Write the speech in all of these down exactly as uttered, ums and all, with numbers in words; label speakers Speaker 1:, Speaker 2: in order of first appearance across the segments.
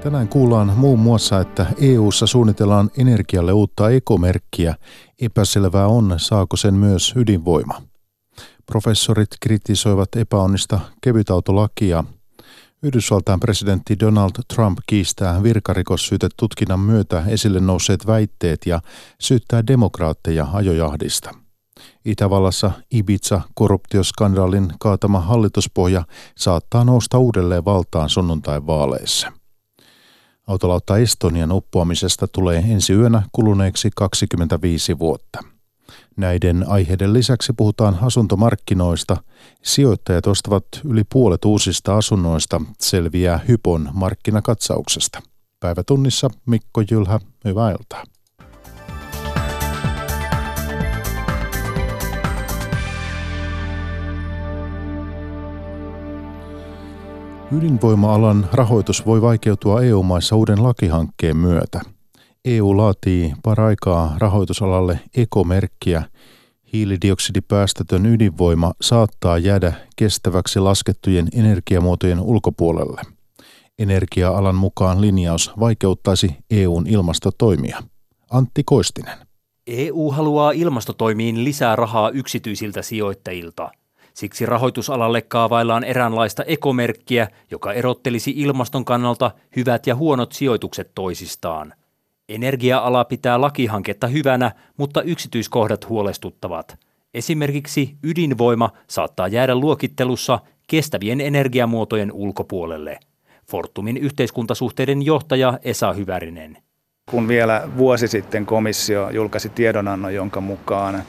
Speaker 1: Tänään kuullaan muun muassa, että E U:ssa suunnitellaan energialle uutta ekomerkkiä. Epäselvää on, saako sen myös ydinvoima. Professorit kritisoivat epäonnista kevytautolakia. Yhdysvaltain presidentti Donald Trump kiistää virkarikossyytetutkinnan myötä esille nousseet väitteet ja syyttää demokraatteja ajojahdista. Itävallassa Ibiza-korruptioskandaalin kaatama hallituspohja saattaa nousta uudelleen valtaan sunnuntain vaaleissa. Autolautta Estonian uppoamisesta tulee ensi yönä kuluneeksi kaksikymmentäviisi vuotta. Näiden aiheiden lisäksi puhutaan asuntomarkkinoista. Sijoittajat ostavat yli puolet uusista asunnoista, selviää Hypon markkinakatsauksesta. Päivätunnissa Mikko Jylhä, hyvää iltaa. Ydinvoima-alan rahoitus voi vaikeutua E U-maissa uuden lakihankkeen myötä. E U laatii paraikaa rahoitusalalle ekomerkkiä. Hiilidioksidipäästötön ydinvoima saattaa jäädä kestäväksi laskettujen energiamuotojen ulkopuolelle. Energia-alan mukaan linjaus vaikeuttaisi E U:n ilmastotoimia. Antti Koistinen.
Speaker 2: E U haluaa ilmastotoimiin lisää rahaa yksityisiltä sijoittajilta. Siksi rahoitusalalle kaavaillaan eräänlaista ekomerkkiä, joka erottelisi ilmaston kannalta hyvät ja huonot sijoitukset toisistaan. Energia-ala pitää lakihanketta hyvänä, mutta yksityiskohdat huolestuttavat. Esimerkiksi ydinvoima saattaa jäädä luokittelussa kestävien energiamuotojen ulkopuolelle. Fortumin yhteiskuntasuhteiden johtaja Esa Hyvärinen.
Speaker 3: Kun vielä vuosi sitten komissio julkaisi tiedonannon, jonka mukaan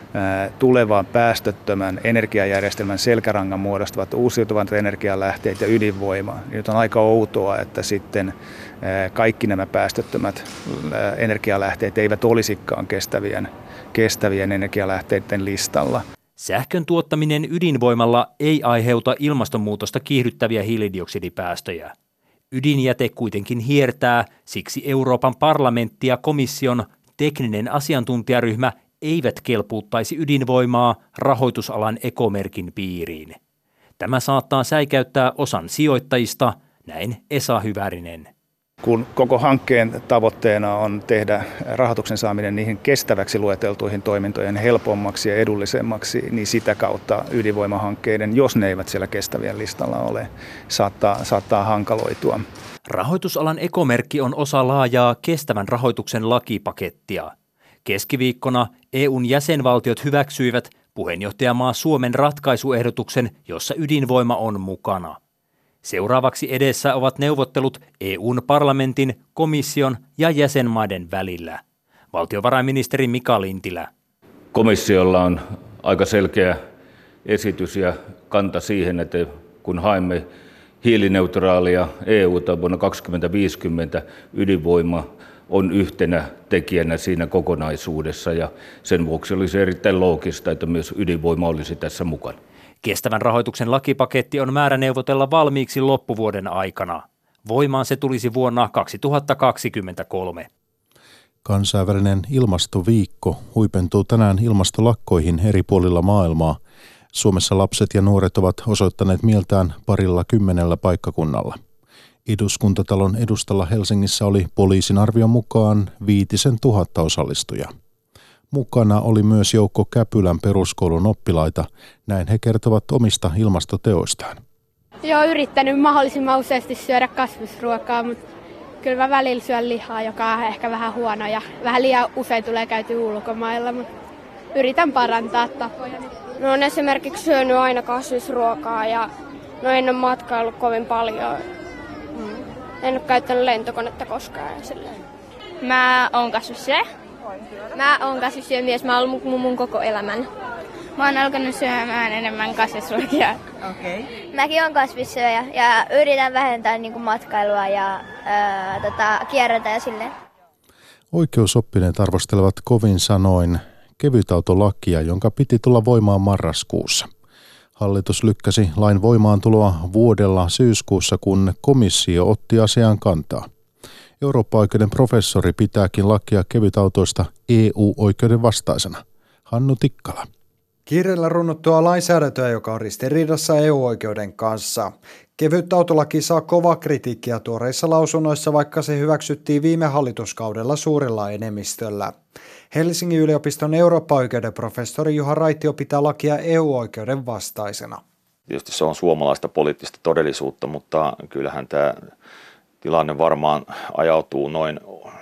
Speaker 3: tulevan päästöttömän energiajärjestelmän selkärangan muodostavat uusiutuvat energialähteet ja ydinvoima. Nyt on aika outoa, että sitten kaikki nämä päästöttömät energialähteet eivät olisikaan kestävien, kestävien energialähteiden listalla.
Speaker 2: Sähkön tuottaminen ydinvoimalla ei aiheuta ilmastonmuutosta kiihdyttäviä hiilidioksidipäästöjä. Ydinjäte kuitenkin hiertää, siksi Euroopan parlamentti ja komission tekninen asiantuntijaryhmä eivät kelpuuttaisi ydinvoimaa rahoitusalan ekomerkin piiriin. Tämä saattaa säikäyttää osan sijoittajista, näin Esa Hyvärinen.
Speaker 3: Kun koko hankkeen tavoitteena on tehdä rahoituksen saaminen niihin kestäväksi lueteltuihin toimintojen helpommaksi ja edullisemmaksi, niin sitä kautta ydinvoimahankkeiden, jos ne eivät siellä kestävien listalla ole, saattaa, saattaa hankaloitua.
Speaker 2: Rahoitusalan ekomerkki on osa laajaa kestävän rahoituksen lakipakettia. Keskiviikkona E U:n jäsenvaltiot hyväksyivät puheenjohtajamaa Suomen ratkaisuehdotuksen, jossa ydinvoima on mukana. Seuraavaksi edessä ovat neuvottelut E U:n parlamentin, komission ja jäsenmaiden välillä. Valtiovarainministeri Mika Lintilä.
Speaker 4: Komissiolla on aika selkeä esitys ja kanta siihen, että kun haemme hiilineutraalia E U:ta vuonna kaksituhattaviisikymmentä, ydinvoima on yhtenä tekijänä siinä kokonaisuudessa ja sen vuoksi olisi erittäin loogista, että myös ydinvoima olisi tässä mukana.
Speaker 2: Kestävän rahoituksen lakipaketti on määrä neuvotella valmiiksi loppuvuoden aikana. Voimaan se tulisi vuonna kaksituhattakaksikymmentäkolme.
Speaker 1: Kansainvälinen ilmastoviikko huipentuu tänään ilmastolakkoihin eri puolilla maailmaa. Suomessa lapset ja nuoret ovat osoittaneet mieltään parilla kymmenellä paikkakunnalla. Eduskuntatalon edustalla Helsingissä oli poliisin arvion mukaan viitisen tuhatta osallistujaa. Mukana oli myös joukko Käpylän peruskoulun oppilaita. Näin he kertovat omista ilmastoteoistaan.
Speaker 5: Joo, yrittänyt mahdollisimman useasti syödä kasvisruokaa, mutta kyllä mä välillä syön lihaa, joka on ehkä vähän huono ja vähän liian usein tulee käyty ulkomailla, mutta yritän parantaa tapoja.
Speaker 6: No on esimerkiksi syönyt aina kasvisruokaa ja no en ole matkaillut kovin paljon. En ole käyttänyt lentokonetta koskaan.
Speaker 7: Mä oon kasvissyöjä.
Speaker 6: Mä oon kasvissyömies. Mä oon ollut mun, mun koko elämän.
Speaker 7: Mä oon alkanut syömään enemmän kasvisruokia.
Speaker 8: Okay. Mäkin oon kasvissyöjä ja yritän vähentää niin kuin matkailua ja ää, tota, kierrätä ja silleen.
Speaker 1: Oikeusoppineet arvostelevat kovin sanoin kevytautolakia, jonka piti tulla voimaan marraskuussa. Hallitus lykkäsi lain voimaantuloa vuodella syyskuussa, kun komissio otti asiaan kantaa. Eurooppa-oikeuden professori pitääkin lakia kevytautoista E U-oikeuden vastaisena. Hannu Tikkala.
Speaker 9: Kiireellä runnottua lainsäädäntöä, joka on ristiriidassa E U-oikeuden kanssa. Kevytautolaki saa kovaa kritiikkiä tuoreissa lausunnoissa, vaikka se hyväksyttiin viime hallituskaudella suurella enemmistöllä. Helsingin yliopiston Eurooppa-oikeuden professori Juha Raitio pitää lakia E U-oikeuden vastaisena.
Speaker 10: Tietysti se on suomalaista poliittista todellisuutta, mutta kyllähän tämä tilanne varmaan ajautuu noin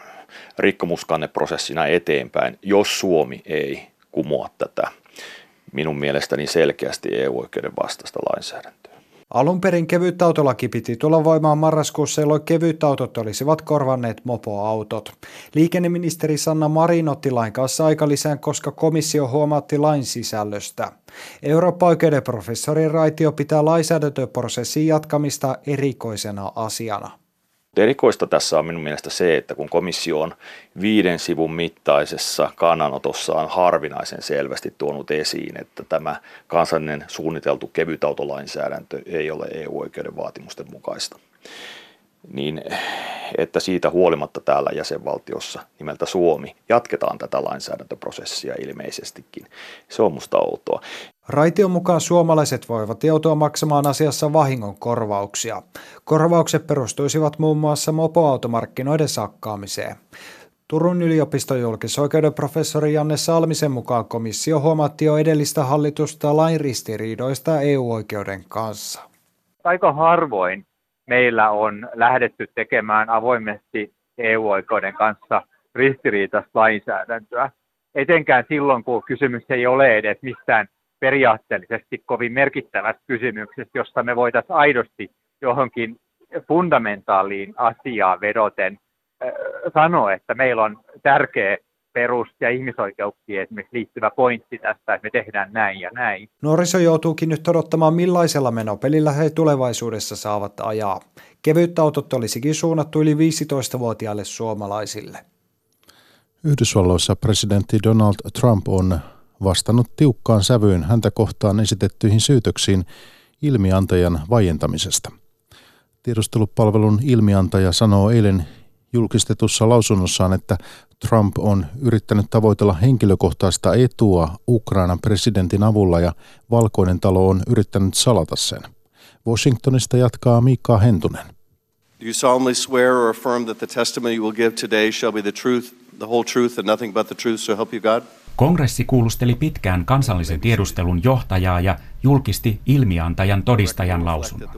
Speaker 10: rikkomuskanneprosessina eteenpäin, jos Suomi ei kumoa tätä minun mielestäni selkeästi E U-oikeuden vastaista lainsäädäntöä.
Speaker 9: Alun perin kevytautolaki piti tulla voimaan marraskuussa, jolloin kevytautot olisivat korvanneet mopoautot. Liikenneministeri Sanna Marin otti lain kanssa aikalisän, koska komissio huomautti lain sisällöstä. Eurooppa-oikeuden professori Raitio pitää lainsäädäntöprosessin jatkamista erikoisena asiana.
Speaker 10: Erikoista tässä on minun mielestä se, että kun komissio on viiden sivun mittaisessa kannanotossaan harvinaisen selvästi tuonut esiin, että tämä kansallinen suunniteltu kevytautolainsäädäntö ei ole E U-oikeuden vaatimusten mukaista, niin että siitä huolimatta täällä jäsenvaltiossa nimeltä Suomi jatketaan tätä lainsäädäntöprosessia ilmeisestikin. Se on musta outoa.
Speaker 9: Raition mukaan suomalaiset voivat joutua maksamaan asiassa vahingonkorvauksia. Korvaukset perustuisivat muun muassa mopoautomarkkinoiden sakkaamiseen. Turun yliopiston julkisoikeuden professori Janne Salmisen mukaan komissio huomautti jo edellistä hallitusta lain ristiriidoista E U-oikeuden kanssa.
Speaker 11: Aika harvoin meillä on lähdetty tekemään avoimesti E U-oikeuden kanssa ristiriitaista lainsäädäntöä. Etenkään silloin, kun kysymys ei ole edes mistään periaatteellisesti kovin merkittävästä kysymyksestä, josta me voitaisiin aidosti johonkin fundamentaaliin asiaan vedoten äh, sanoa, että meillä on tärkeä perus- ja ihmisoikeuksiin esimerkiksi liittyvä pointti tästä, että me tehdään näin ja näin.
Speaker 9: Nuoriso joutuukin nyt odottamaan, millaisella menopelillä he tulevaisuudessa saavat ajaa. Kevytautot olisikin suunnattu yli viisitoistavuotiaille suomalaisille.
Speaker 1: Yhdysvalloissa presidentti Donald Trump on vastannut tiukkaan sävyyn häntä kohtaan esitettyihin syytöksiin ilmiantajan vaientamisesta. Tiedustelupalvelun ilmiantaja sanoo eilen julkistetussa lausunnossaan, että Trump on yrittänyt tavoitella henkilökohtaista etua Ukrainan presidentin avulla ja Valkoinen talo on yrittänyt salata sen. Washingtonista jatkaa Mika Hentunen.
Speaker 12: Do you solemnly swear or affirm that the testimony you will give today shall be the truth, the whole truth and nothing but the truth, so help you God?
Speaker 13: Kongressi kuulusteli pitkään kansallisen tiedustelun johtajaa ja julkisti ilmiantajan todistajan lausunnon.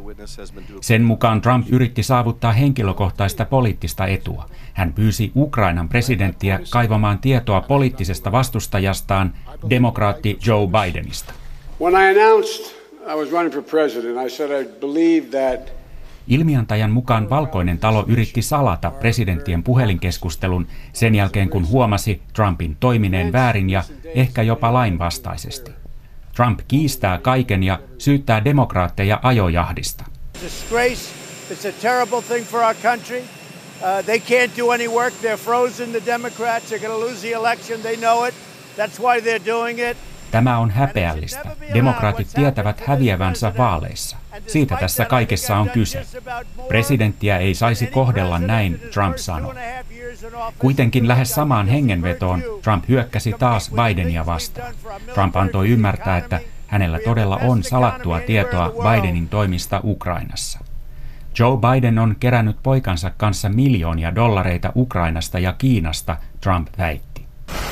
Speaker 13: Sen mukaan Trump yritti saavuttaa henkilökohtaista poliittista etua. Hän pyysi Ukrainan presidenttiä kaivamaan tietoa poliittisesta vastustajastaan, demokraatti Joe Bidenista.
Speaker 14: When I announced I was running for president, I said I believe that
Speaker 13: Ilmiantajan mukaan Valkoinen talo yritti salata presidenttien puhelinkeskustelun sen jälkeen, kun huomasi Trumpin toimineen väärin ja ehkä jopa lainvastaisesti. Trump kiistää kaiken ja syyttää demokraatteja ajojahdista.
Speaker 15: Disgrace. It's a terrible thing for our country. Uh, they can't do any work. They're frozen, the Democrats. They're going to lose the election. They know it. That's why they're doing it.
Speaker 13: Tämä on häpeällistä. Demokraatit tietävät häviävänsä vaaleissa. Siitä tässä kaikessa on kyse. Presidenttiä ei saisi kohdella näin, Trump sanoi. Kuitenkin lähes samaan hengenvetoon Trump hyökkäsi taas Bidenia vastaan. Trump antoi ymmärtää, että hänellä todella on salattua tietoa Bidenin toimista Ukrainassa. Joe Biden on kerännyt poikansa kanssa miljoonia dollareita Ukrainasta ja Kiinasta, Trump väitti.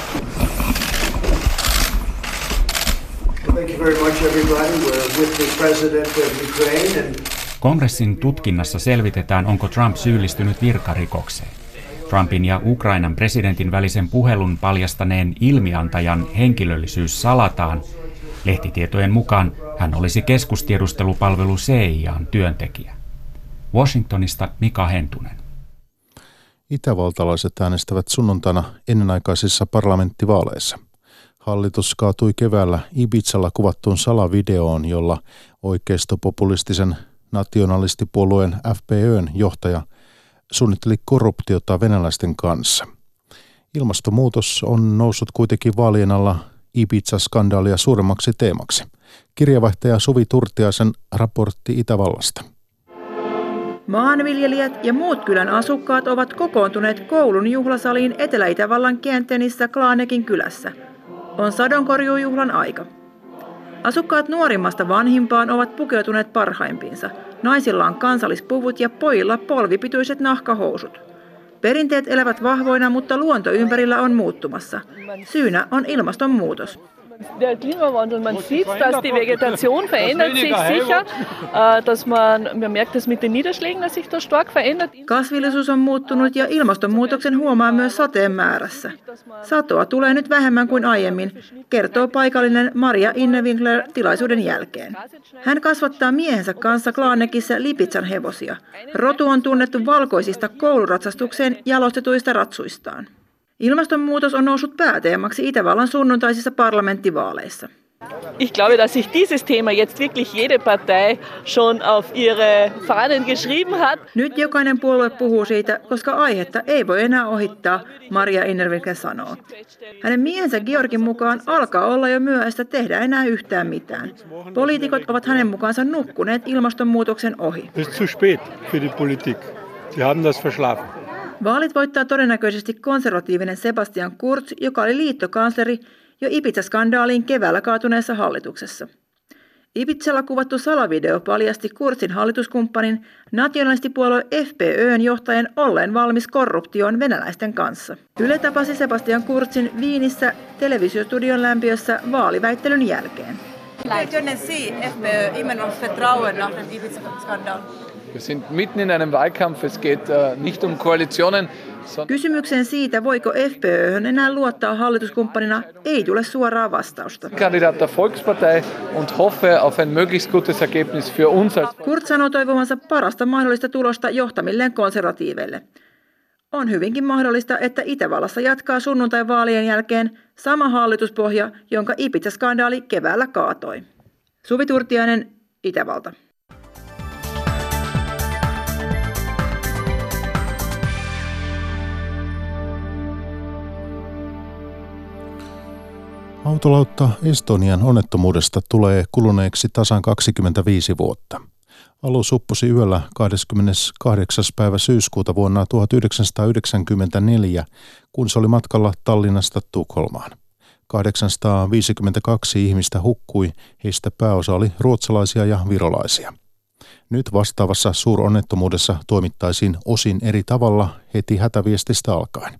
Speaker 13: Kongressin tutkinnassa selvitetään, onko Trump syyllistynyt virkarikokseen. Trumpin ja Ukrainan presidentin välisen puhelun paljastaneen ilmiantajan henkilöllisyys salataan. Lehtitietojen mukaan hän olisi keskustiedustelupalvelu C I A:n työntekijä. Washingtonista Mika Hentunen.
Speaker 1: Itävaltalaiset äänestävät sunnuntaina ennenaikaisissa parlamenttivaaleissa. Hallitus kaatui keväällä Ibizalla kuvattuun salavideoon, jolla oikeistopopulistisen nationalistipuolueen F P Ö:n johtaja suunnitteli korruptiota venäläisten kanssa. Ilmastonmuutos on noussut kuitenkin vaalien alla Ibiza-skandaalia suuremmaksi teemaksi. Kirjavaihtaja Suvi Turtiaisen raportti Itävallasta.
Speaker 16: Maanviljelijät ja muut kylän asukkaat ovat kokoontuneet koulun juhlasaliin Etelä-Itävallan Kientenissä Klaanekin kylässä. On sadonkorjuujuhlan aika. Asukkaat nuorimmasta vanhimpaan ovat pukeutuneet parhaimpiinsa. Naisilla on kansallispuvut ja pojilla polvipituiset nahkahousut. Perinteet elävät vahvoina, mutta luonto ympärillä on muuttumassa. Syynä on ilmastonmuutos.
Speaker 17: Der Klimawandel, man sieht, dass die Vegetation verändert sich sicher, dass man, man merkt das mit den Niederschlägen, dass sich das stark verändert.
Speaker 16: Kasvillisuus on muuttunut ja ilmastonmuutoksen huomaa myös sateen määrässä. Satoa tulee nyt vähemmän kuin aiemmin, kertoo paikallinen Maria Innewinkler tilaisuuden jälkeen. Hän kasvattaa miehensä kanssa Klaanekissa Lipitsan hevosia. Rotu on tunnettu valkoisista kouluratsastukseen jalostetuista ratsuistaan. Ilmastonmuutos on noussut pääteemaksi Itävallan sunnuntaisissa parlamenttivaaleissa.
Speaker 17: Ich glaube, dass sich dieses Thema jetzt wirklich jede Partei schon auf ihre Fahnen geschrieben hat.
Speaker 16: Nyt jokainen puolue puhuu siitä, koska aihetta ei voi enää ohittaa, Maria Innewinkler sanoo. Hänen miehensä Georgin mukaan alkaa olla jo myöhäistä tehdä enää yhtään mitään. Poliitikot ovat hänen mukaansa nukkuneet ilmastonmuutoksen ohi.
Speaker 18: Es ist zu spät für die Politik. Sie haben das verschlafen.
Speaker 16: Vaalit voittaa todennäköisesti konservatiivinen Sebastian Kurz, joka oli liittokansleri jo Ibiza-skandaaliin keväällä kaatuneessa hallituksessa. Ibizalla kuvattu salavideo paljasti Kurzin hallituskumppanin nationalistipuolue F P Ö:n johtajan olleen valmis korruptioon venäläisten kanssa. Yle tapasi Sebastian Kurzin Viinissä televisiostudion lämpiössä vaaliväittelyn jälkeen.
Speaker 19: Können Sie F P Ö immer noch vertrauen nach dem Ibiza-Skandal?
Speaker 20: Wir sind mitten in einem Wahlkampf. Es geht nicht um Koalitionen.
Speaker 16: Kysymykseen siitä, voiko F P Ö:hön enää luottaa hallituskumppanina, ei tule suoraa vastausta.
Speaker 20: Kandidat der Volkspartei und hoffe auf ein möglichst gutes Ergebnis für uns.
Speaker 16: Kurz sanoo toivomansa parasta mahdollista tulosta johtamilleen konservatiiveille. On hyvinkin mahdollista, että Itävallassa jatkaa sunnuntai-vaalien jälkeen sama hallituspohja, jonka Ibiza-skandaali keväällä kaatoi. Suvi Turtiainen, Itävalta.
Speaker 1: Autolautta Estonian onnettomuudesta tulee kuluneeksi tasan kaksikymmentäviisi vuotta. Alus upposi yöllä kahdeskymmeneskahdeksas päivä syyskuuta vuonna tuhatyhdeksänsataayhdeksänkymmentäneljä, kun se oli matkalla Tallinnasta Tukholmaan. kahdeksansataaviisikymmentäkaksi ihmistä hukkui, heistä pääosa oli ruotsalaisia ja virolaisia. Nyt vastaavassa suuronnettomuudessa toimittaisiin osin eri tavalla heti hätäviestistä alkaen.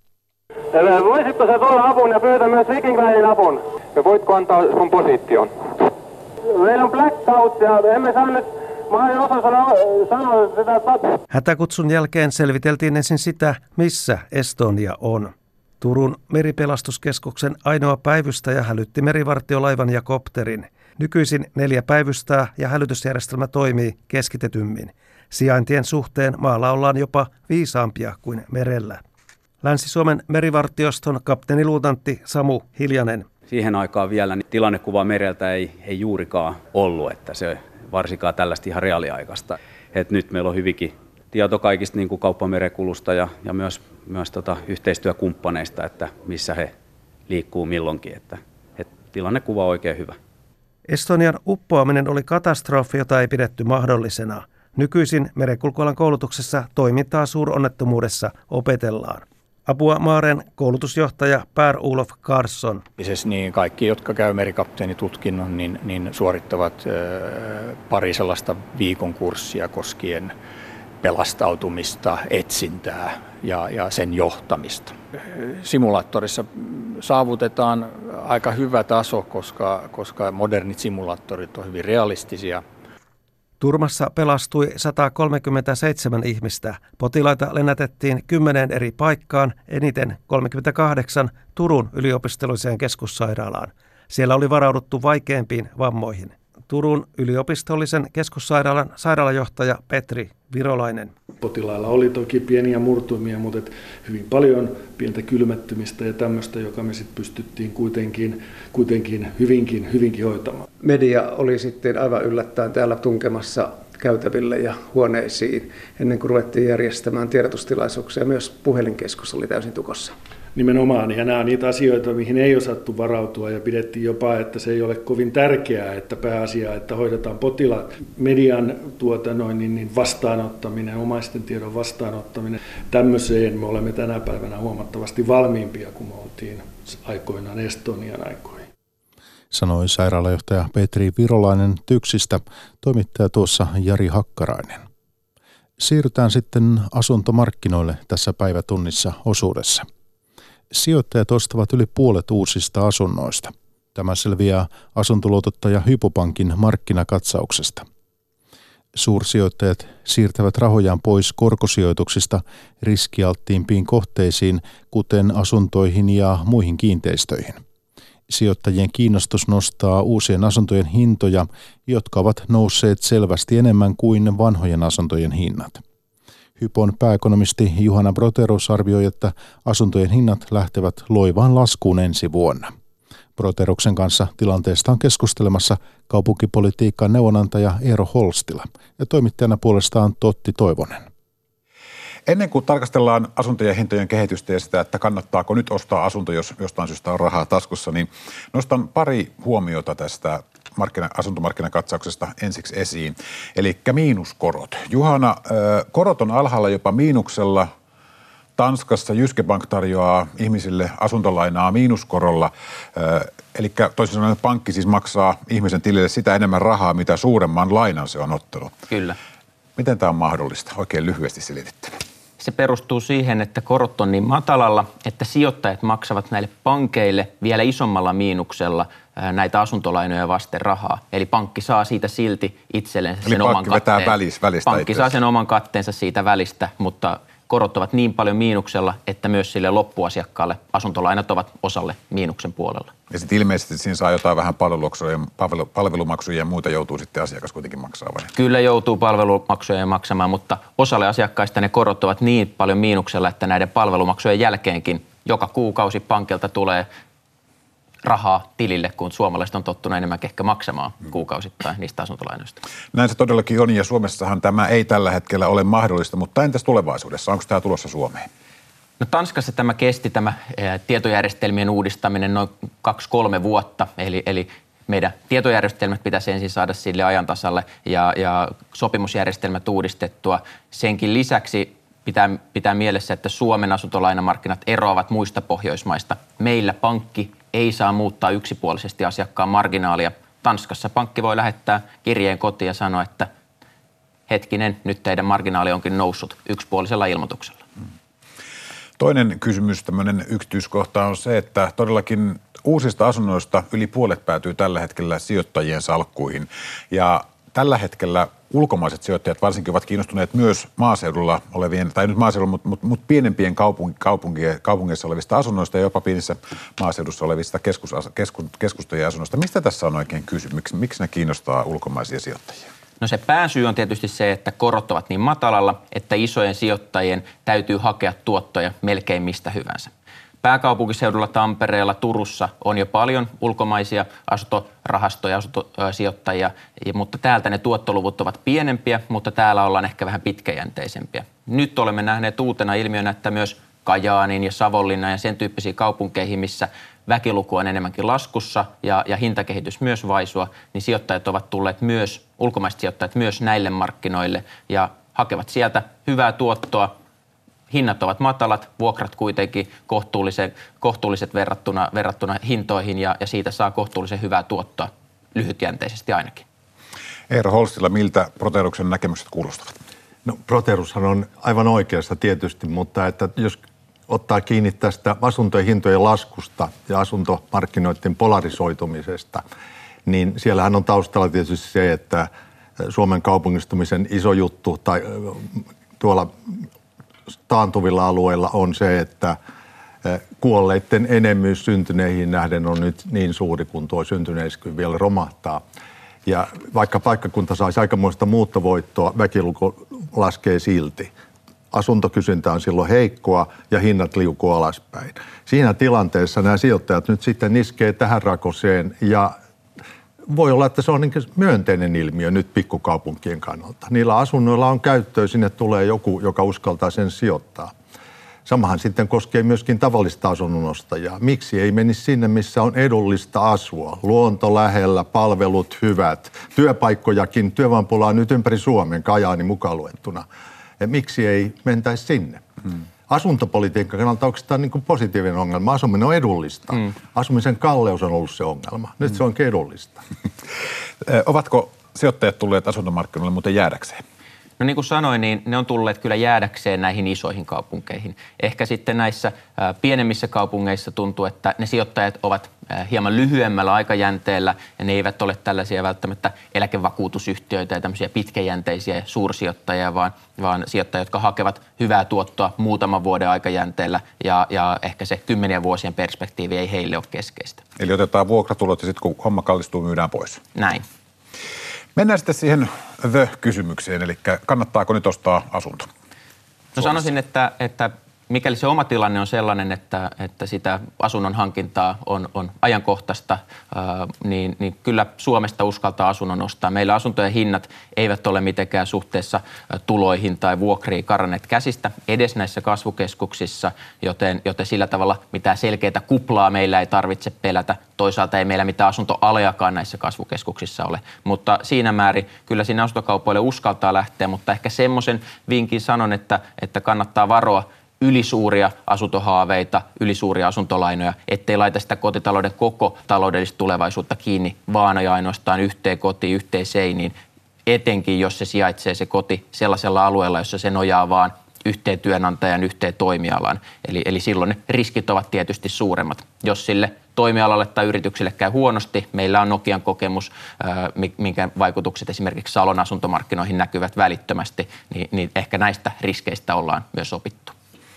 Speaker 21: Voisitko sä tulla apun ja pyytää myös Viking Linein apun? Ja voitko antaa sun position? Meillä on blackout ja emme saa nyt, mä en osaa sanoa, sanoa sitä.
Speaker 22: Hätäkutsun jälkeen selviteltiin ensin sitä, missä Estonia on. Turun meripelastuskeskuksen ainoa päivystäjä hälytti merivartiolaivan ja kopterin. Nykyisin neljä päivystää ja hälytysjärjestelmä toimii keskitetymmin. Sijaintien suhteen maalla ollaan jopa viisaampia kuin merellä. Länsi-Suomen merivartioston kapteeniluutantti Samu Hiljanen.
Speaker 23: Siihen aikaan vielä niin tilannekuva mereltä ei, ei juurikaan ollut, että se varsinkaan tällaista ihan reaaliaikaista. Et nyt meillä on hyvinkin tieto kaikista niin kuin kauppamerenkulusta ja, ja myös, myös tota, yhteistyökumppaneista, että missä he liikkuu milloinkin. Että, et tilannekuva on oikein hyvä.
Speaker 22: Estonian uppoaminen oli katastrofi, jota ei pidetty mahdollisena. Nykyisin merenkulkualan koulutuksessa toimintaa suuronnettomuudessa opetellaan. Apua Maaren koulutusjohtaja Per-Olof Karlsson.
Speaker 24: Niin kaikki, jotka käy merikapteenitutkinnon, niin, niin suorittavat ö, pari sellaista viikon kurssia koskien pelastautumista, etsintää ja, ja sen johtamista. Simulaattorissa saavutetaan aika hyvä taso, koska, koska modernit simulaattorit on hyvin realistisia.
Speaker 22: Turmassa pelastui sata kolmekymmentäseitsemän ihmistä. Potilaita lennätettiin kymmeneen eri paikkaan, eniten kolmekymmentäkahdeksan Turun yliopistolliseen keskussairaalaan. Siellä oli varauduttu vaikeimpiin vammoihin. Turun yliopistollisen keskussairaalan sairaalajohtaja Petri Virolainen.
Speaker 25: Potilailla oli toki pieniä murtumia, mutta hyvin paljon pientä kylmettymistä ja tämmöistä, joka me sitten pystyttiin kuitenkin, kuitenkin hyvinkin, hyvinkin hoitamaan.
Speaker 26: Media oli sitten aivan yllättäen täällä tunkemassa käytäville ja huoneisiin ennen kuin ruvettiin järjestämään tiedotustilaisuuksia. Myös puhelinkeskus oli täysin tukossa.
Speaker 25: Nimenomaan, ja nämä on niitä asioita, mihin ei osattu varautua ja pidettiin jopa, että se ei ole kovin tärkeää, että pääasia, että hoidetaan potilaat. Median tuota noin, niin, niin vastaanottaminen, omaisten tiedon vastaanottaminen, tämmöiseen me olemme tänä päivänä huomattavasti valmiimpia kuin me oltiin aikoinaan Estonian aikoihin.
Speaker 1: sanoi sairaalajohtaja Petri Virolainen TYKSistä, toimittaja tuossa Jari Hakkarainen. Siirrytään sitten asuntomarkkinoille tässä päivätunnissa osuudessa. Sijoittajat ostavat yli puolet uusista asunnoista. Tämä selviää asuntoluotottaja Hypopankin markkinakatsauksesta. Suursijoittajat siirtävät rahojaan pois korkosijoituksista riskialttiimpiin kohteisiin, kuten asuntoihin ja muihin kiinteistöihin. Sijoittajien kiinnostus nostaa uusien asuntojen hintoja, jotka ovat nousseet selvästi enemmän kuin vanhojen asuntojen hinnat. Hypon pääekonomisti Juhana Broterus arvioi, että asuntojen hinnat lähtevät loivaan laskuun ensi vuonna. Broteruksen kanssa tilanteesta on keskustelemassa kaupunkipolitiikan neuvonantaja Eero Holstila ja toimittajana puolestaan Totti Toivonen.
Speaker 2: Ennen kuin tarkastellaan asuntojen hintojen kehitystä ja sitä, että kannattaako nyt ostaa asunto, jos jostain syystä on rahaa taskussa, niin nostan pari huomiota tästä markkina, asuntomarkkinakatsauksesta ensiksi esiin. Eli miinuskorot. Juhana, korot on alhaalla jopa miinuksella. Tanskassa Jyske Bank tarjoaa ihmisille asuntolainaa miinuskorolla. Eli toisin sanoen pankki siis maksaa ihmisen tilille sitä enemmän rahaa, mitä suuremman lainan se on ottanut.
Speaker 3: Kyllä.
Speaker 2: Miten tämä on mahdollista? Oikein lyhyesti selitettynä.
Speaker 3: Se perustuu siihen, että korot on niin matalalla, että sijoittajat maksavat näille pankeille vielä isommalla miinuksella näitä asuntolainoja vasten rahaa. Eli pankki saa siitä silti itselleen sen oman katteen.
Speaker 2: Vetää välis, välistä
Speaker 3: pankki saa sen oman katteensa siitä välistä, mutta korot ovat niin paljon miinuksella, että myös sille loppuasiakkaalle asuntolainat ovat osalle miinuksen puolella.
Speaker 2: Ja sitten ilmeisesti siinä saa jotain vähän palvelumaksuja ja muuta joutuu sitten asiakas kuitenkin maksaa vai?
Speaker 3: Kyllä joutuu palvelumaksuja maksamaan, mutta osalle asiakkaista ne korot ovat niin paljon miinuksella, että näiden palvelumaksujen jälkeenkin joka kuukausi pankilta tulee rahaa tilille, kun suomalaiset on tottunut enemmän ehkä maksamaan kuukausittain niistä asuntolainoista.
Speaker 2: Näin se todellakin on, ja Suomessahan tämä ei tällä hetkellä ole mahdollista, mutta entäs tulevaisuudessa? Onko tämä tulossa Suomeen?
Speaker 3: No Tanskassa tämä kesti, tämä tietojärjestelmien uudistaminen noin kaksi kolme vuotta, eli, eli meidän tietojärjestelmät pitäisi ensin saada sille ajantasalle ja, ja sopimusjärjestelmät uudistettua. Senkin lisäksi pitää, pitää mielessä, että Suomen asuntolainamarkkinat eroavat muista Pohjoismaista. Meillä pankki ei saa muuttaa yksipuolisesti asiakkaan marginaalia. Tanskassa pankki voi lähettää kirjeen kotiin ja sanoa, että hetkinen, nyt teidän marginaali onkin noussut yksipuolisella ilmoituksella.
Speaker 2: Toinen kysymys, tämmöinen yksityiskohta on se, että todellakin uusista asunnoista yli puolet päätyy tällä hetkellä sijoittajien salkkuihin. Ja tällä hetkellä ulkomaiset sijoittajat varsinkin ovat kiinnostuneet myös maaseudulla olevien, tai nyt maaseudulla, mutta, mutta, mutta pienempien kaupunki, kaupunki, kaupungeissa olevista asunnoista ja jopa pienissä maaseudussa olevista keskus, keskus, keskustojen asunnoista. Mistä tässä on oikein kysymys? Miksi ne kiinnostaa ulkomaisia sijoittajia?
Speaker 3: No se pääsyy on tietysti se, että korot ovat niin matalalla, että isojen sijoittajien täytyy hakea tuottoja melkein mistä hyvänsä. Pääkaupunkiseudulla, Tampereella, Turussa on jo paljon ulkomaisia asuntorahastoja, asuntosijoittajia, mutta täältä ne tuottoluvut ovat pienempiä, mutta täällä ollaan ehkä vähän pitkäjänteisempiä. Nyt olemme nähneet uutena ilmiönä, että myös Kajaanin ja Savonlinnan ja sen tyyppisiin kaupunkeihin, missä väkiluku on enemmänkin laskussa ja, ja hintakehitys myös vaisua, niin sijoittajat ovat tulleet myös, ulkomaiset sijoittajat myös näille markkinoille ja hakevat sieltä hyvää tuottoa. Hinnat ovat matalat, vuokrat kuitenkin kohtuulliset, kohtuulliset verrattuna, verrattuna hintoihin ja, ja siitä saa kohtuullisen hyvää tuottoa lyhytjänteisesti ainakin.
Speaker 2: Eero Holstila, miltä Broteruksen näkemykset kuulostavat?
Speaker 4: No Broterushan on aivan oikeassa tietysti, mutta että jos ottaa kiinni tästä asuntojen hintojen laskusta ja asuntomarkkinoiden polarisoitumisesta, niin siellähän on taustalla tietysti se, että Suomen kaupungistumisen iso juttu tai tuolla taantuvilla alueilla on se, että kuolleiden enemmyys syntyneihin nähden on nyt niin suuri, kun tuo syntyneisky vielä romahtaa. Ja vaikka paikkakunta saisi aikamoista muuttovoittoa, väkiluku laskee silti. Asuntokysyntä on silloin heikkoa ja hinnat liukuu alaspäin. Siinä tilanteessa nämä sijoittajat nyt sitten iskee tähän rakoseen ja voi olla, että se on niin myönteinen ilmiö nyt pikkukaupunkien kannalta. Niillä asunnoilla on käyttöä, sinne tulee joku, joka uskaltaa sen sijoittaa. Samahan sitten koskee myöskin tavallista asunnonostajaa. Miksi ei menisi sinne, missä on edullista asua, luonto lähellä, palvelut hyvät, työpaikkojakin, työvoimapulaa nyt ympäri Suomen, Kajaani mukaan luettuna. Ja miksi ei mentäisi sinne? Hmm. asuntopolitiikan kannalta oikeastaan niin kuin positiivinen ongelma. Asuminen on edullista. Mm. Asumisen kalleus on ollut se ongelma. Nyt mm. se onkin edullista.
Speaker 2: Ovatko sijoittajat tulleet asuntomarkkinoille muuten jäädäkseen?
Speaker 3: No niin kuin sanoin, niin ne on tulleet kyllä jäädäkseen näihin isoihin kaupunkeihin. Ehkä sitten näissä ä, pienemmissä kaupungeissa tuntuu, että ne sijoittajat ovat ä, hieman lyhyemmällä aikajänteellä ja ne eivät ole tällaisia välttämättä eläkevakuutusyhtiöitä ja tämmöisiä pitkäjänteisiä suursijoittajia, vaan, vaan sijoittajia, jotka hakevat hyvää tuottoa muutaman vuoden aikajänteellä ja, ja ehkä se kymmenien vuosien perspektiivi ei heille ole keskeistä.
Speaker 2: Eli otetaan vuokratulot ja sitten kun homma kallistuu, myydään pois.
Speaker 3: Näin.
Speaker 2: Mennään sitten siihen the-kysymykseen, eli kannattaako nyt ostaa asunto?
Speaker 3: No sanoisin, että, että mikäli se oma tilanne on sellainen, että, että sitä asunnon hankintaa on, on ajankohtaista, ää, niin, niin kyllä Suomesta uskaltaa asunnon ostaa. Meillä asuntojen hinnat eivät ole mitenkään suhteessa tuloihin tai vuokriin karanneet käsistä edes näissä kasvukeskuksissa, joten, joten sillä tavalla mitään selkeää kuplaa meillä ei tarvitse pelätä. Toisaalta ei meillä mitään asuntoaleakaan näissä kasvukeskuksissa ole, mutta siinä määrin kyllä siinä asuntokaupoille uskaltaa lähteä, mutta ehkä semmoisen vinkin sanon, että, että kannattaa varoa ylisuuria asuntohaaveita, ylisuuria asuntolainoja, ettei laita sitä kotitalouden koko taloudellista tulevaisuutta kiinni vaan ja ainoastaan yhteen kotiin, yhteen seiniin, etenkin jos se sijaitsee se koti sellaisella alueella, jossa se nojaa vaan yhteen työnantajan, yhteen toimialaan. Eli, eli silloin ne riskit ovat tietysti suuremmat. Jos sille toimialalle tai yrityksille käy huonosti, meillä on Nokian kokemus, minkä vaikutukset esimerkiksi Salon asuntomarkkinoihin näkyvät välittömästi, niin, niin ehkä näistä riskeistä ollaan myös opittu.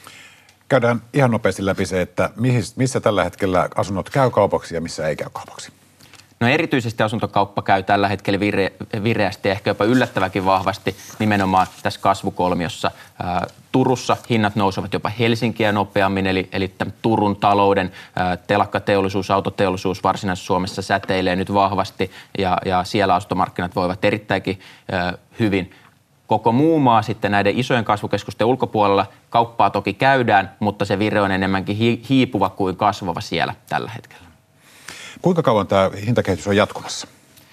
Speaker 2: Käydään ihan nopeasti läpi se, että missä tällä hetkellä asunnot käy kaupaksi ja missä ei käy kaupaksi.
Speaker 3: No erityisesti asuntokauppa käy tällä hetkellä vire, vireästi ja ehkä jopa yllättäväkin vahvasti nimenomaan tässä kasvukolmiossa. Ää, Turussa hinnat nousevat jopa Helsinkiä nopeammin, eli, eli Turun talouden ää, telakkateollisuus, autoteollisuus Varsinais-Suomessa säteilee nyt vahvasti ja, ja siellä asuntomarkkinat voivat erittäinkin ää, hyvin. Koko muu maa sitten näiden isojen kasvukeskusten ulkopuolella kauppaa toki käydään, mutta se vire on enemmänkin hiipuva kuin kasvava siellä tällä hetkellä.
Speaker 2: Kuinka kauan tämä hintakehitys on jatkumassa?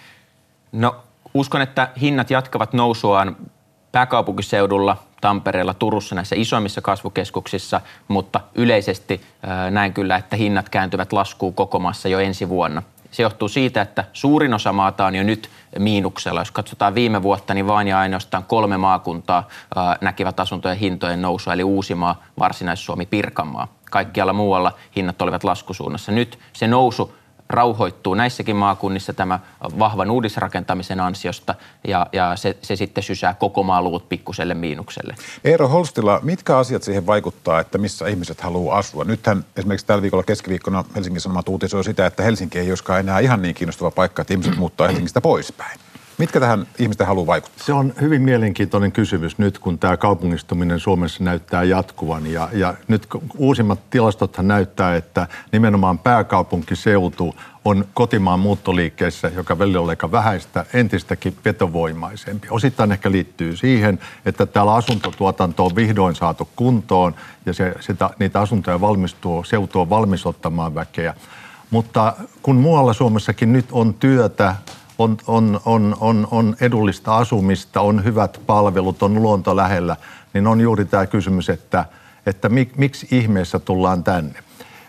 Speaker 3: No uskon, että hinnat jatkavat nousuaan pääkaupunkiseudulla, Tampereella, Turussa, näissä isoimmissa kasvukeskuksissa, mutta yleisesti äh, näen kyllä, että hinnat kääntyvät laskuun koko maassa jo ensi vuonna. Se johtuu siitä, että suurin osa maata on jo nyt miinuksella. Jos katsotaan viime vuotta, niin vain ja ainoastaan kolme maakuntaa ää, näkivät asuntojen hintojen nousua, eli Uusimaa, Varsinais-Suomi, Pirkanmaa. Kaikkialla muualla hinnat olivat laskusuunnassa. Nyt se nousu rauhoittuu näissäkin maakunnissa tämä vahvan uudisrakentamisen ansiosta ja, ja se, se sitten sysää koko maan luvut pikkuselle miinukselle.
Speaker 2: Eero Holstila, mitkä asiat siihen vaikuttaa, että missä ihmiset haluaa asua? Nythän esimerkiksi tällä viikolla keskiviikkona Helsingin Sanomat uutisoi sitä, että Helsinki ei olisikaan enää ihan niin kiinnostava paikka, että ihmiset muuttaa Helsingistä poispäin. Mitkä tähän ihmisten haluaa vaikuttaa?
Speaker 4: Se on hyvin mielenkiintoinen kysymys nyt, kun tämä kaupungistuminen Suomessa näyttää jatkuvan. Ja, ja nyt uusimmat tilastothan näyttää, että nimenomaan pääkaupunkiseutu on kotimaan muuttoliikkeessä, joka välillä on aika vähäistä, entistäkin vetovoimaisempi. Osittain ehkä liittyy siihen, että täällä asuntotuotanto on vihdoin saatu kuntoon ja se, sitä, niitä asuntoja valmistuu, seutu on valmis ottamaan väkeä. Mutta kun muualla Suomessakin nyt on työtä, On, on, on, on, on edullista asumista, on hyvät palvelut, on luonto lähellä, niin on juuri tämä kysymys, että, että mik, miksi ihmeessä tullaan tänne.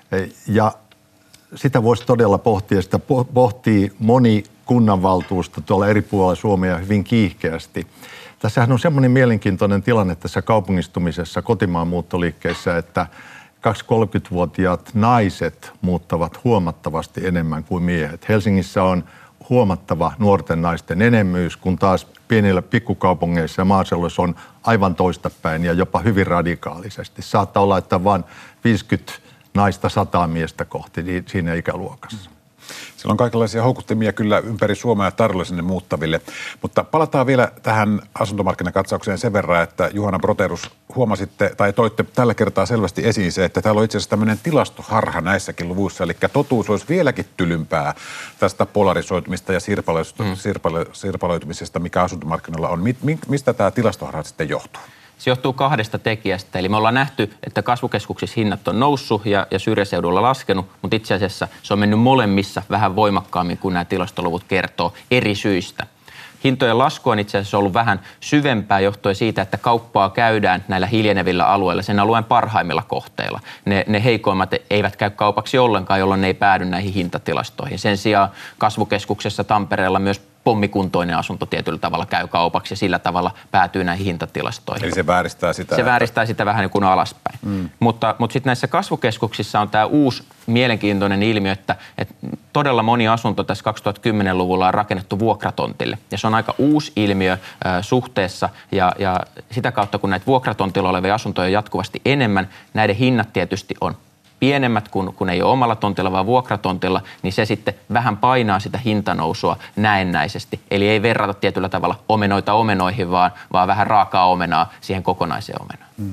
Speaker 4: Ja sitä voisi todella pohtia, sitä pohtii moni kunnanvaltuusto tuolla eri puolilla Suomea hyvin kiihkeästi. Tässähän on semmoinen mielenkiintoinen tilanne tässä kaupungistumisessa, kotimaan muuttoliikkeessä, että kaksikymmentä-kolmekymmentävuotiaat naiset muuttavat huomattavasti enemmän kuin miehet. Helsingissä on huomattava nuorten naisten enemmyys, kun taas pienillä pikkukaupungeissa ja maaseudulla on aivan toistapäin ja jopa hyvin radikaalisesti. Saattaa olla, että vain viisikymmentä naista sataa miestä kohti niin siinä ikäluokassa.
Speaker 2: Siellä on kaikenlaisia houkuttimia kyllä ympäri Suomea ja tarjolla sinne muuttaville. Mutta palataan vielä tähän asuntomarkkinakatsaukseen sen verran, että Juhana Broterus huomasitte tai toitte tällä kertaa selvästi esiin se, että täällä on itse asiassa tämmöinen tilastoharha näissäkin luvuissa. Eli totuus olisi vieläkin tylympää tästä polarisoitumista ja sirpaloitumisesta, mikä asuntomarkkinoilla on. Mistä tämä tilastoharha sitten johtuu?
Speaker 3: Se johtuu kahdesta tekijästä. Eli me ollaan nähty, että kasvukeskuksissa hinnat on noussut ja, ja syrjäseudulla laskenut, mutta itse asiassa se on mennyt molemmissa vähän voimakkaammin kuin nämä tilastoluvut kertoo eri syistä. Hintojen lasku on itse asiassa ollut vähän syvempää johtuen siitä, että kauppaa käydään näillä hiljenevillä alueilla, sen alueen parhaimmilla kohteilla. Ne, ne heikoimmat eivät käy kaupaksi ollenkaan, jolloin ne ei päädy näihin hintatilastoihin. Sen sijaan kasvukeskuksessa Tampereella myös pommikuntoinen asunto tietyllä tavalla käy kaupaksi ja sillä tavalla päätyy näihin hintatilastoihin.
Speaker 2: Eli se vääristää sitä.
Speaker 3: Se vääristää sitä vähän niin kuin alaspäin. Mm. Mutta, mutta sitten näissä kasvukeskuksissa on tämä uusi mielenkiintoinen ilmiö, että, että todella moni asunto tässä kaksituhattakymmenluvulla on rakennettu vuokratontille. Ja se on aika uusi ilmiö äh, suhteessa ja, ja sitä kautta, kun näitä vuokratontilla olevia asuntoja on jatkuvasti enemmän, näiden hinnat tietysti on pienemmät, kun, kun ei ole omalla tontilla, vaan vuokratontilla, niin se sitten vähän painaa sitä hintanousua näennäisesti. Eli ei verrata tietyllä tavalla omenoita omenoihin, vaan, vaan vähän raakaa omenaa siihen kokonaiseen omenaan. Mm.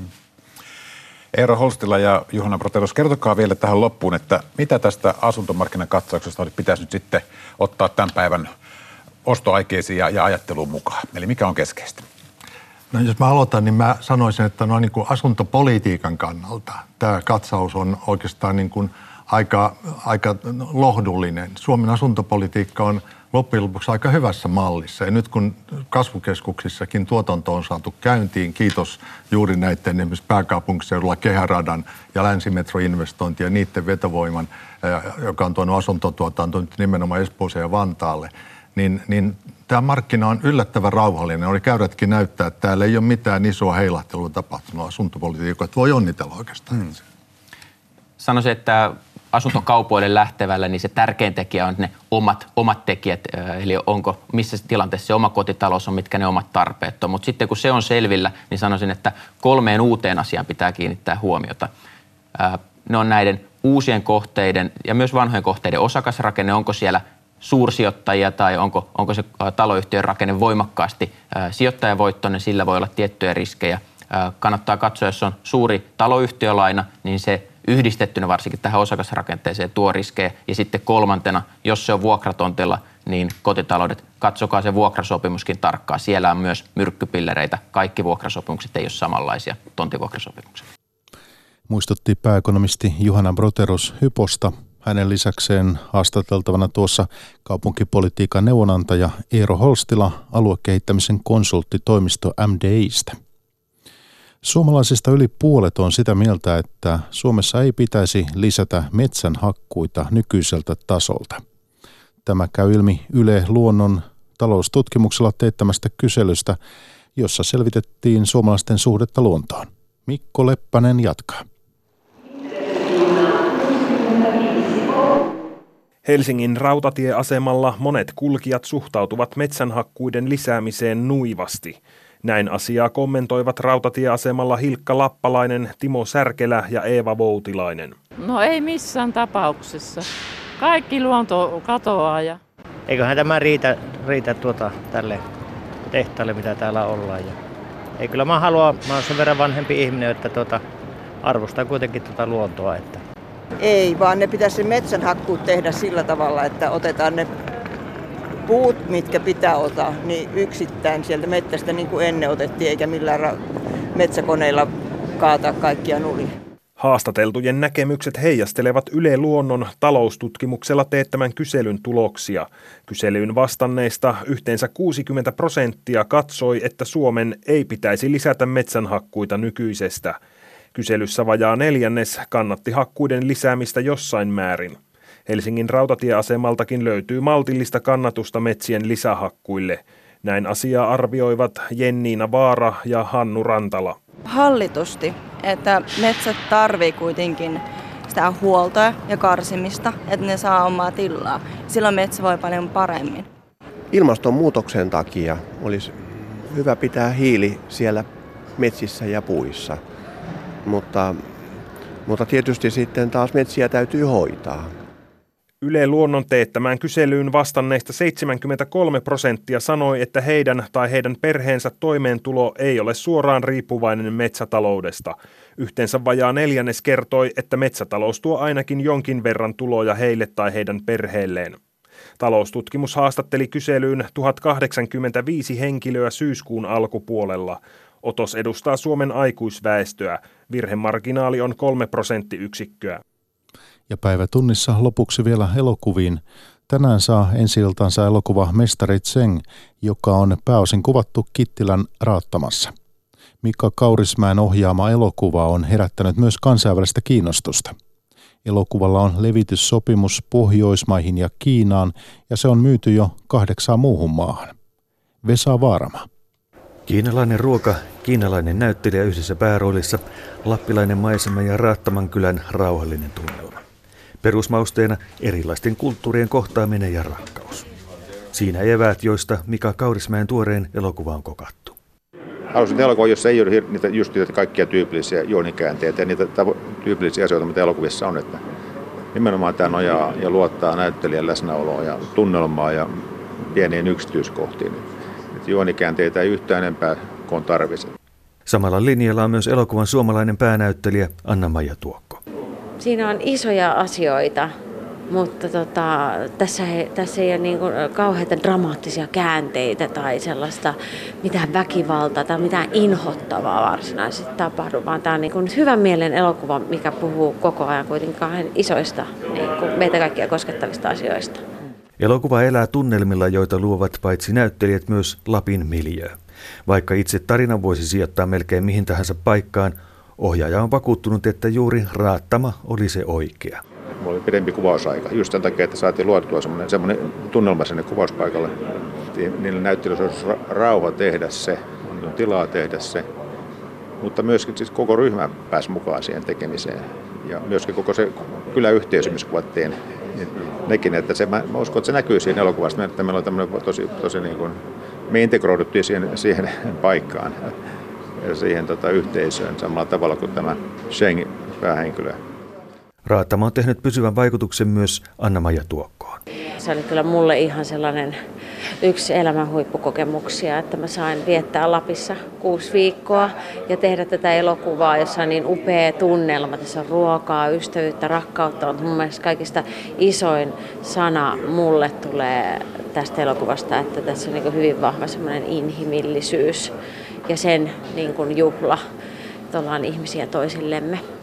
Speaker 2: Eero Holstila ja Juhana Brotelius, kertokaa vielä tähän loppuun, että mitä tästä asuntomarkkinakatsauksesta pitäisi nyt sitten ottaa tämän päivän ostoaikeisiin ja, ja ajatteluun mukaan? Eli mikä on keskeistä?
Speaker 4: No jos mä aloitan, niin mä sanoisin, että no niin kuin asuntopolitiikan kannalta tämä katsaus on oikeastaan niin kuin aika, aika lohdullinen. Suomen asuntopolitiikka on loppujen lopuksi aika hyvässä mallissa. Ja nyt kun kasvukeskuksissakin tuotanto on saatu käyntiin, kiitos juuri näiden esimerkiksi pääkaupunkiseudulla Kehäradan ja Länsimetro-investointi ja niiden vetovoiman, joka on tuonut asuntotuotanto nyt nimenomaan Espooseen ja Vantaalle, niin, niin tämä markkina on yllättävän rauhallinen. Oli käydätkin näyttää, että täällä ei ole mitään isoa heilahtelua tapahtunut asuntopolitiikkaa, että voi onnitella oikeastaan. Hmm.
Speaker 3: Sanoisin, että asuntokaupoille lähtevällä, niin se tärkein tekijä on ne omat, omat tekijät, eli onko, missä tilanteessa se oma kotitalous on, mitkä ne omat tarpeet on. Mutta sitten kun se on selvillä, niin sanoisin, että kolmeen uuteen asiaan pitää kiinnittää huomiota. Ne on näiden uusien kohteiden ja myös vanhojen kohteiden osakasrakenne, onko siellä suursijoittajia tai onko, onko se taloyhtiön rakenne voimakkaasti sijoittajavoittoinen, sillä voi olla tiettyjä riskejä. Kannattaa katsoa, jos on suuri taloyhtiölaina, niin se yhdistettynä varsinkin tähän osakasrakenteeseen tuo riskejä. Ja sitten kolmantena, jos se on vuokratontilla, niin kotitaloudet, katsokaa se vuokrasopimuskin tarkkaan. Siellä on myös myrkkypillereitä. Kaikki vuokrasopimukset ei ole samanlaisia tontivuokrasopimuksia.
Speaker 1: Muistutti pääekonomisti Juhana Brotelius Hyposta. Hänen lisäkseen haastateltavana tuossa kaupunkipolitiikan neuvonantaja Eero Holstila aluekehittämisen konsulttitoimisto M D I:stä. Suomalaisista yli puolet on sitä mieltä, että Suomessa ei pitäisi lisätä metsänhakkuita nykyiseltä tasolta. Tämä käy ilmi Yle Luonnon taloustutkimuksella teettämästä kyselystä, jossa selvitettiin suomalaisten suhdetta luontoon. Mikko Leppänen jatkaa.
Speaker 5: Helsingin rautatieasemalla monet kulkijat suhtautuvat metsänhakkuiden lisäämiseen nuivasti. Näin asiaa kommentoivat rautatieasemalla Hilkka Lappalainen, Timo Särkelä ja Eeva Voutilainen.
Speaker 6: No ei missään tapauksessa. Kaikki luonto katoaa. Ja...
Speaker 7: Eiköhän tämä riitä, riitä tuota, tälle tehtaalle, mitä täällä ollaan. Ja... Ei kyllä mä haluan, mä oon sen verran vanhempi ihminen, että tuota, arvostan kuitenkin tuota luontoa. Että...
Speaker 8: Ei, vaan ne pitäisi metsänhakkuut tehdä sillä tavalla, että otetaan ne puut, mitkä pitää ottaa, niin yksittäin sieltä metsästä niin kuin ennen otettiin, eikä millään ra- metsäkoneilla kaataa kaikkia nulia.
Speaker 5: Haastateltujen näkemykset heijastelevat Yle Luonnon taloustutkimuksella teettämän kyselyn tuloksia. Kyselyyn vastanneista yhteensä kuusikymmentä prosenttia katsoi, että Suomen ei pitäisi lisätä metsänhakkuita nykyisestä. Kyselyssä vajaa neljännes kannatti hakkuiden lisäämistä jossain määrin. Helsingin rautatieasemaltakin löytyy maltillista kannatusta metsien lisähakkuille. Näin asiaa arvioivat Jenniina Vaara ja Hannu Rantala.
Speaker 10: Hallitusti, että metsät tarvii kuitenkin sitä huoltoa ja karsimista, että ne saa omaa tilaa. Silloin metsä voi paljon paremmin.
Speaker 11: Ilmastonmuutoksen takia olisi hyvä pitää hiili siellä metsissä ja puissa, mutta, mutta tietysti sitten taas metsiä täytyy hoitaa.
Speaker 5: Yle Luonnon teettämään kyselyyn vastanneista seitsemänkymmentäkolme prosenttia sanoi, että heidän tai heidän perheensä toimeentulo ei ole suoraan riippuvainen metsätaloudesta. Yhteensä vajaa neljännes kertoi, että metsätalous tuo ainakin jonkin verran tuloja heille tai heidän perheelleen. Taloustutkimus haastatteli kyselyyn tuhatkahdeksankymmentäviisi henkilöä syyskuun alkupuolella. Otos edustaa Suomen aikuisväestöä. Virhemarginaali on kolme prosenttiyksikköä.
Speaker 1: Ja päivätunnissa lopuksi vielä elokuviin. Tänään saa ensi-iltansa elokuva Mestari Zeng, joka on pääosin kuvattu Kittilän Raattamassa. Mika Kaurismäen ohjaama elokuva on herättänyt myös kansainvälistä kiinnostusta. Elokuvalla on levityssopimus Pohjoismaihin ja Kiinaan ja se on myyty jo kahdeksaan muuhun maahan. Vesa Vaarama.
Speaker 22: Kiinalainen ruoka, kiinalainen näyttelijä yhdessä pääroolissa, lappilainen maisema ja Raattaman kylän rauhallinen tunnelma. Perusmausteena erilaisten kulttuurien kohtaaminen ja rakkaus. Siinä eväät, joista Mika Kaurismäen tuoreen elokuva on kokattu.
Speaker 9: Haluaisin elokuva, jossa ei ole niitä, just niitä kaikkia tyypillisiä juonikäänteitä ja niitä tavo- tyypillisiä asioita, mitä elokuvissa on. Että nimenomaan tämä nojaa ja luottaa näyttelijän läsnäoloa ja tunnelmaa ja pieniin yksityiskohtiin. Että juonikäänteitä ei yhtään enempää kuin tarvitse.
Speaker 22: Samalla linjalla on myös elokuvan suomalainen päänäyttelijä Anna-Maija Tuokko.
Speaker 12: Siinä on isoja asioita, mutta tota, tässä, ei, tässä ei ole niin kuin kauheita dramaattisia käänteitä tai sellaista mitään väkivaltaa tai mitään inhottavaa varsinaisesti tapahdu, vaan tämä on niin kuin hyvän mielen elokuva, mikä puhuu koko ajan kuitenkin kahden isoista niin kuin meitä kaikkia koskettavista asioista.
Speaker 22: Elokuva elää tunnelmilla, joita luovat paitsi näyttelijät myös Lapin miljöö. Vaikka itse tarinan voisi sijoittaa melkein mihin tahansa paikkaan, ohjaaja on vakuuttunut, että juuri Raattama oli se oikea.
Speaker 9: Mulla oli pidempi kuvausaika, just sen takia, että saatiin luotua semmoinen, semmoinen tunnelma sinne kuvauspaikalle. Niillä näyttelijöillä olisi rauha tehdä se, on tilaa tehdä se, mutta myöskin siis koko ryhmä pääsi mukaan siihen tekemiseen. Ja myöskin koko se kyläyhteisö, missä kuvattiin, niin nekin, että se, mä uskon, että se näkyy siinä elokuvassa, että meillä on tämmöinen tosi, tosi niin kuin, me integroiduttiin siihen, siihen paikkaan ja siihen tota, yhteisöön samalla tavalla kuin tämä Zeng päähenkilö.
Speaker 22: Raattama on tehnyt pysyvän vaikutuksen myös Anna-Maija Tuokkoon.
Speaker 12: Se oli kyllä mulle ihan sellainen yksi elämän huippukokemuksia, että mä sain viettää Lapissa kuusi viikkoa ja tehdä tätä elokuvaa, jossa on niin upea tunnelma. Tässä on ruokaa, ystävyyttä, rakkautta. Mutta mun mielestä kaikista isoin sana mulle tulee tästä elokuvasta, että tässä on niin kuin hyvin vahva semmoinen inhimillisyys ja sen niin kuin juhla, että ollaan ihmisiä toisillemme.